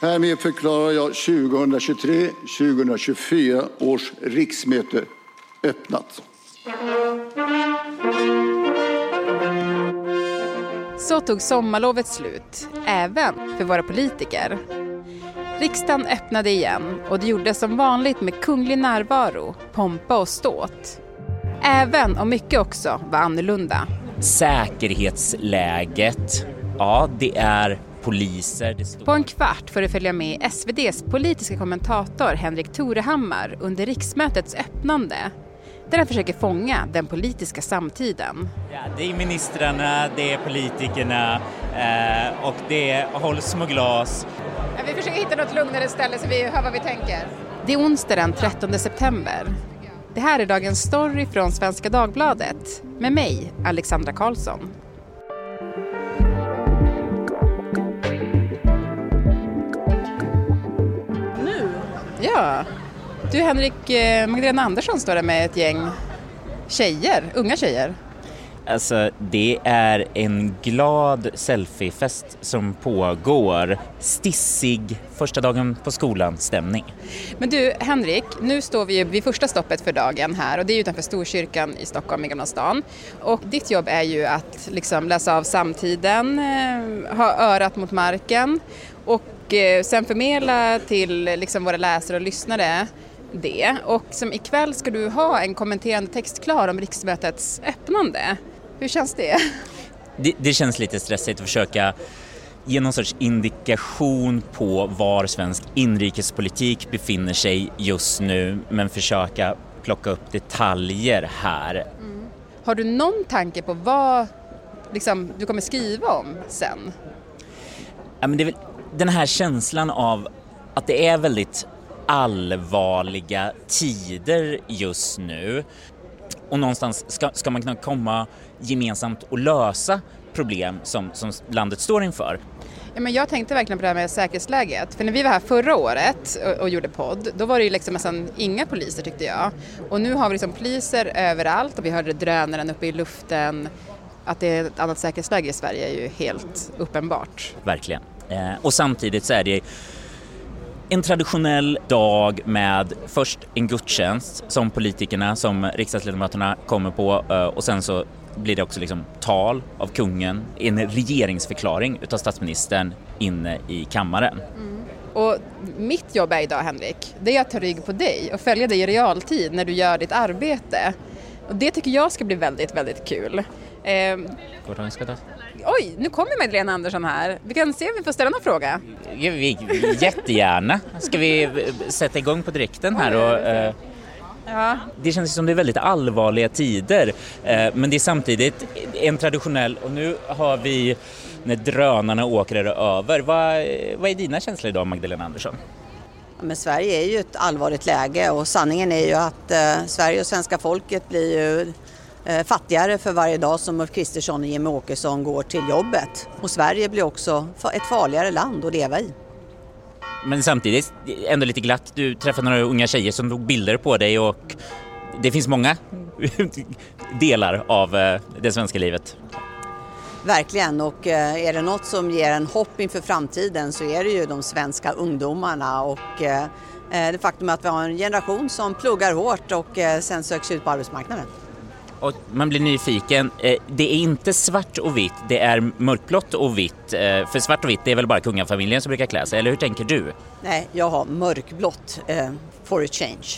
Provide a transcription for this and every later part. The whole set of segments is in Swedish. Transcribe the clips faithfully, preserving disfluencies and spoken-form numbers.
Härmed förklarar jag tjugohundratjugotre tjugohundratjugofyra års riksmöte öppnat. Så tog sommarlovet slut, även för våra politiker. Riksdagen öppnade igen och det gjordes som vanligt med kunglig närvaro, pompa och ståt. Även om mycket också var annorlunda. Säkerhetsläget, ja det är poliser. Det står... På en kvart får du följa med S V D:s politiska kommentator Henrik Torehammar under riksmötets öppnande. Där han försöker fånga den politiska samtiden. Ja, det är ministrarna, det är politikerna eh, och det hålls små glas. Ja, vi försöker hitta något lugnare ställe så vi hör vad vi tänker. Det är onsdag den trettonde september. Det här är dagens story från Svenska Dagbladet med mig, Alexandra Karlsson. Nu? Ja. Du Henrik, Magdalena Andersson står där med ett gäng tjejer, unga tjejer. Alltså det är en glad selfiefest som pågår. Stissig första dagen på skolan stämning. Men du Henrik, nu står vi vid första stoppet för dagen här och det är utanför Storkyrkan i Stockholm i Gamla stan. Och ditt jobb är ju att liksom läsa av samtiden, ha örat mot marken och sen förmedla till liksom våra läsare och lyssnare det. Och som ikväll ska du ha en kommenterande text klar om riksmötets öppnande. Hur känns det? det? Det känns lite stressigt att försöka ge någon sorts indikation på var svensk inrikespolitik befinner sig just nu, men försöka plocka upp detaljer här. Mm. Har du någon tanke på vad liksom, du kommer skriva om sen? Ja, men det är väl den här känslan av att det är väldigt allvarliga tider just nu. Och någonstans ska, ska man kunna komma gemensamt och lösa problem som, som landet står inför. Ja, men jag tänkte verkligen på det här med säkerhetsläget. För när vi var här förra året och, och gjorde podd, då var det ju liksom nästan inga poliser tyckte jag. Och nu har vi liksom poliser överallt och vi hörde drönaren uppe i luften. Att det är ett annat säkerhetsläge i Sverige är ju helt uppenbart. Verkligen. Eh, och samtidigt så är det en traditionell dag med först en gudstjänst som politikerna, som riksdagsledamöterna kommer på och sen så blir det också liksom tal av kungen, en regeringsförklaring utav statsministern inne i kammaren. Mm. Och mitt jobb är idag, Henrik, det är att ta rygg på dig och följa dig i realtid när du gör ditt arbete. Och det tycker jag ska bli väldigt, väldigt kul. Eh, Oj, nu kommer Magdalena Andersson här. Vi kan se om vi får ställa någon fråga. Ja, vi, jättegärna. Ska vi sätta igång på direkten här? Och, eh, ja. Det känns som det är väldigt allvarliga tider. Eh, men det är samtidigt en traditionell... Och nu har vi när drönarna åker över. Vad, vad är dina känslor idag, Magdalena Andersson? Ja, men Sverige är ju ett allvarligt läge och sanningen är ju att eh, Sverige och svenska folket blir ju fattigare för varje dag som Ulf Kristersson och Jimmie Åkesson går till jobbet. Och Sverige blir också ett farligare land att leva i. Men samtidigt ändå lite glatt. Du träffade några unga tjejer som tog bilder på dig och det finns många delar av det svenska livet. Verkligen, och är det något som ger en hopp inför framtiden så är det ju de svenska ungdomarna och det faktum att vi har en generation som pluggar hårt och sen söks ut på arbetsmarknaden. Och man blir nyfiken. Det är inte svart och vitt, det är mörkblått och vitt. För svart och vitt det är väl bara kungafamiljen som brukar klä sig, eller hur tänker du? Nej, jag har mörkblått eh, for a change.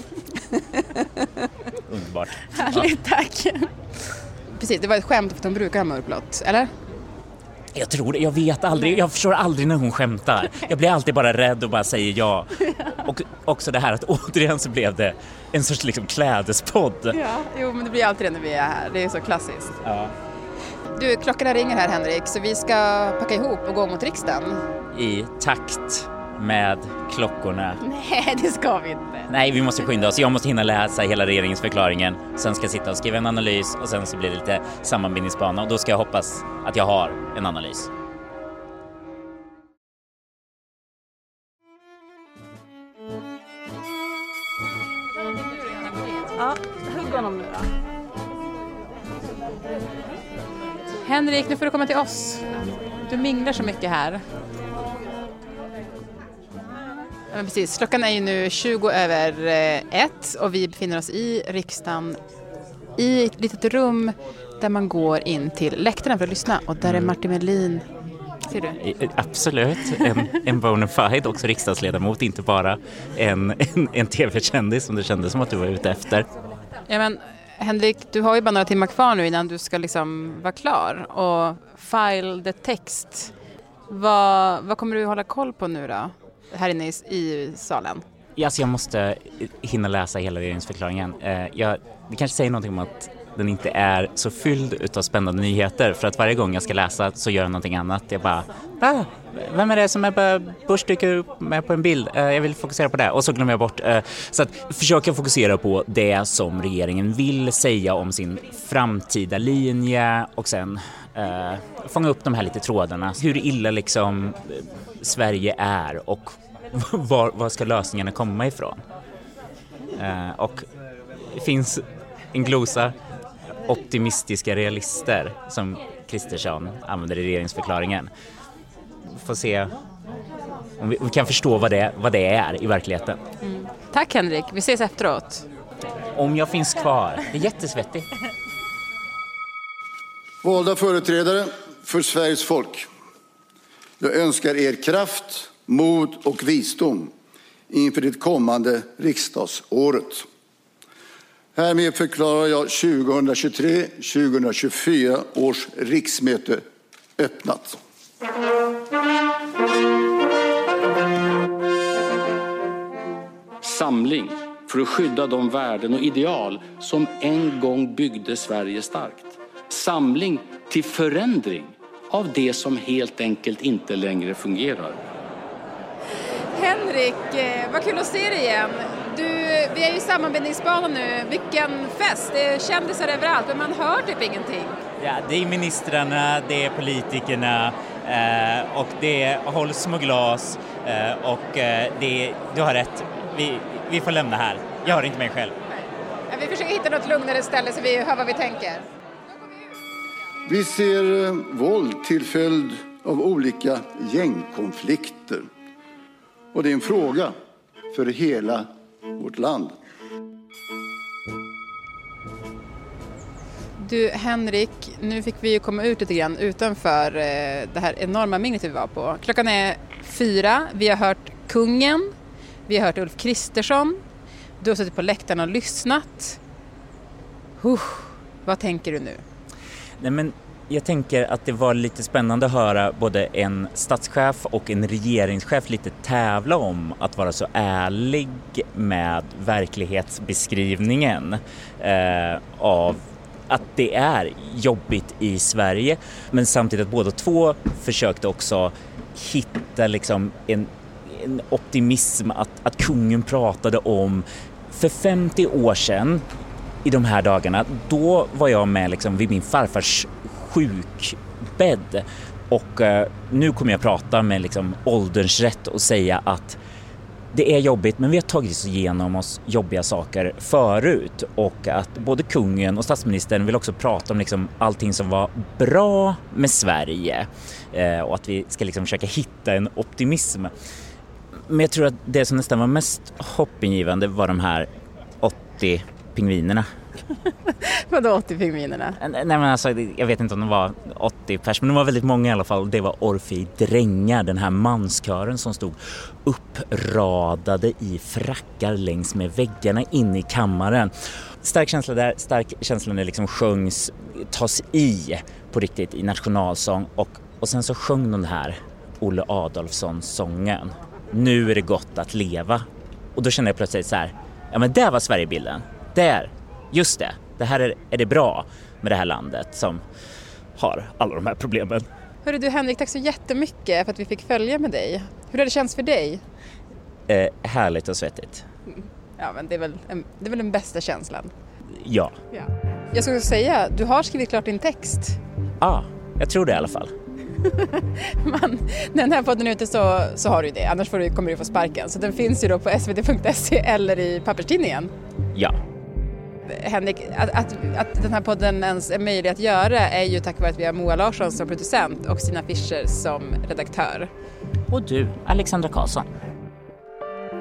Underbart. Härligt, ja. Tack. Precis, det var ett skämt för att de brukar ha mörkblått, eller? Jag tror det, jag vet aldrig, jag förstår aldrig när hon skämtar. Jag blir alltid bara rädd och bara säger ja. Och också det här att återigen så blev det en sorts liksom klädespodd. Ja, jo men det blir alltid det när vi är här, det är så klassiskt. Ja. Du, klockan ringer här Henrik, så vi ska packa ihop och gå mot riksdagen. I takt med klockorna. Nej, det ska vi inte. Nej, vi måste skynda oss. Jag måste hinna läsa hela regeringsförklaringen. Sen ska jag sitta och skriva en analys och sen så blir det lite sammanbindningsbana. Och då ska jag hoppas att jag har en analys. Ja, hugg honom nu då. Henrik, nu får du komma till oss. Du minglar så mycket här. men precis. Klockan är ju nu tjugo över ett och vi befinner oss i riksdagen i ett litet rum där man går in till läktaren för att lyssna. Och där är Martin Melin. Ser du? Absolut. En, en bona fide, också riksdagsledamot, inte bara en, en, en tv-kändis som det kändes som att du var ute efter. Ja, men Henrik, du har ju bara några timmar kvar nu innan du ska liksom vara klar och file the text. Vad, vad kommer du hålla koll på nu då, här inne i, i salen? Ja, alltså jag måste hinna läsa hela regeringsförklaringen. Jag, det kanske säger någonting om att den inte är så fylld utav spännande nyheter, för att varje gång jag ska läsa så gör jag någonting annat. Jag bara, ah, vem är det som är bara Bush dyker upp med på en bild? Jag vill fokusera på det och så glömmer jag bort. Så att försöka fokusera på det som regeringen vill säga om sin framtida linje och sen eh, fånga upp de här lite trådarna. Hur illa liksom Sverige är och var, var ska lösningarna komma ifrån? Eh, och det finns en glosa optimistiska realister som Kristersson använder i regeringsförklaringen. Får se om vi, vi kan förstå vad det, vad det är i verkligheten. Mm. Tack Henrik, vi ses efteråt. Om jag finns kvar, det är jättesvettigt. Valda företrädare för Sveriges folk. Jag önskar er kraft, mod och visdom inför det kommande riksdagsåret. Härmed förklarar jag tjugohundratjugotre tjugohundratjugofyra års riksmöte öppnat. Samling för att skydda de värden och ideal som en gång byggde Sverige starkt. Samling till förändring av det som helt enkelt inte längre fungerar. Henrik, vad kul att se dig igen. Du, vi är ju i sammanbindningsbanan nu. Vilken fest. Det är kändisar överallt, men man hör typ ingenting. Ja, det är ministrarna, det är politikerna eh, och det hålls små glas eh, och eh, det, du har rätt. Vi, vi får lämna här. Jag hör inte mig själv. Ja, vi försöker hitta något lugnare ställe så vi hör vad vi tänker. Vi ser eh, våld till följd av olika gängkonflikter. Och det är en fråga för hela vårt land. Du Henrik, nu fick vi ju komma ut lite grann utanför eh, det här enorma minglet vi var på. Klockan är fyra, vi har hört kungen, vi har hört Ulf Kristersson. Du har suttit på läktaren och lyssnat. Uh, vad tänker du nu? Nej, men jag tänker att det var lite spännande att höra både en statschef och en regeringschef lite tävla om att vara så ärlig med verklighetsbeskrivningen eh, av att det är jobbigt i Sverige, men samtidigt att båda två försökte också hitta liksom en, en optimism att, att kungen pratade om för femtio år sedan i de här dagarna. Då var jag med liksom vid min farfars sjukbädd och eh, nu kommer jag prata med liksom ålderns rätt och säga att det är jobbigt, men vi har tagit oss igenom oss jobbiga saker förut och att både kungen och statsministern vill också prata om liksom allting som var bra med Sverige eh, och att vi ska liksom försöka hitta en optimism. Men jag tror att det som nästan var mest hoppingivande var de här åttio pingvinerna. Vadå åttio pingvinerna? Nej, men alltså, jag vet inte om det var åttio pers, men de var väldigt många i alla fall. Det var Orfei Drängar, den här manskören som stod uppradade i frackar längs med väggarna inne i kammaren. Stark känsla där, stark känsla när det liksom sjöngs, tas i på riktigt i nationalsång och, och sen så sjöng de här Olle Adolfsson-sången. Nu är det gott att leva. Och då kände jag plötsligt så här, ja men där var Sverigebilden. Där, just det. Det här är, är det bra med det här landet som har alla de här problemen. Hörru du Henrik, tack så jättemycket för att vi fick följa med dig. Hur har det känts för dig? Eh, härligt och svettigt. Ja, men det är väl, en, det är väl den bästa känslan. Ja. Ja. Jag skulle säga, du har skrivit klart din text. Ja, ah, jag tror det i alla fall. Man, när den här podden är ute så, så har du det, annars får du, kommer du få sparken. Så den finns ju då på s v t punkt se eller i papperstidningen. Ja. Henrik, att, att, att den här podden ens är möjlig att göra är ju tack vare att vi har Moa Larsson som producent och Stina Fischer som redaktör. Och du, Alexandra Karlsson.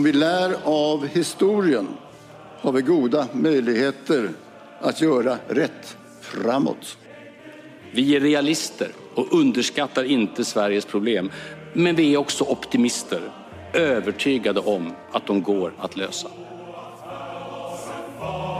vi lär av historien har vi goda möjligheter att göra rätt framåt. Vi är realister och underskattar inte Sveriges problem. Men vi är också optimister, övertygade om att de går att lösa.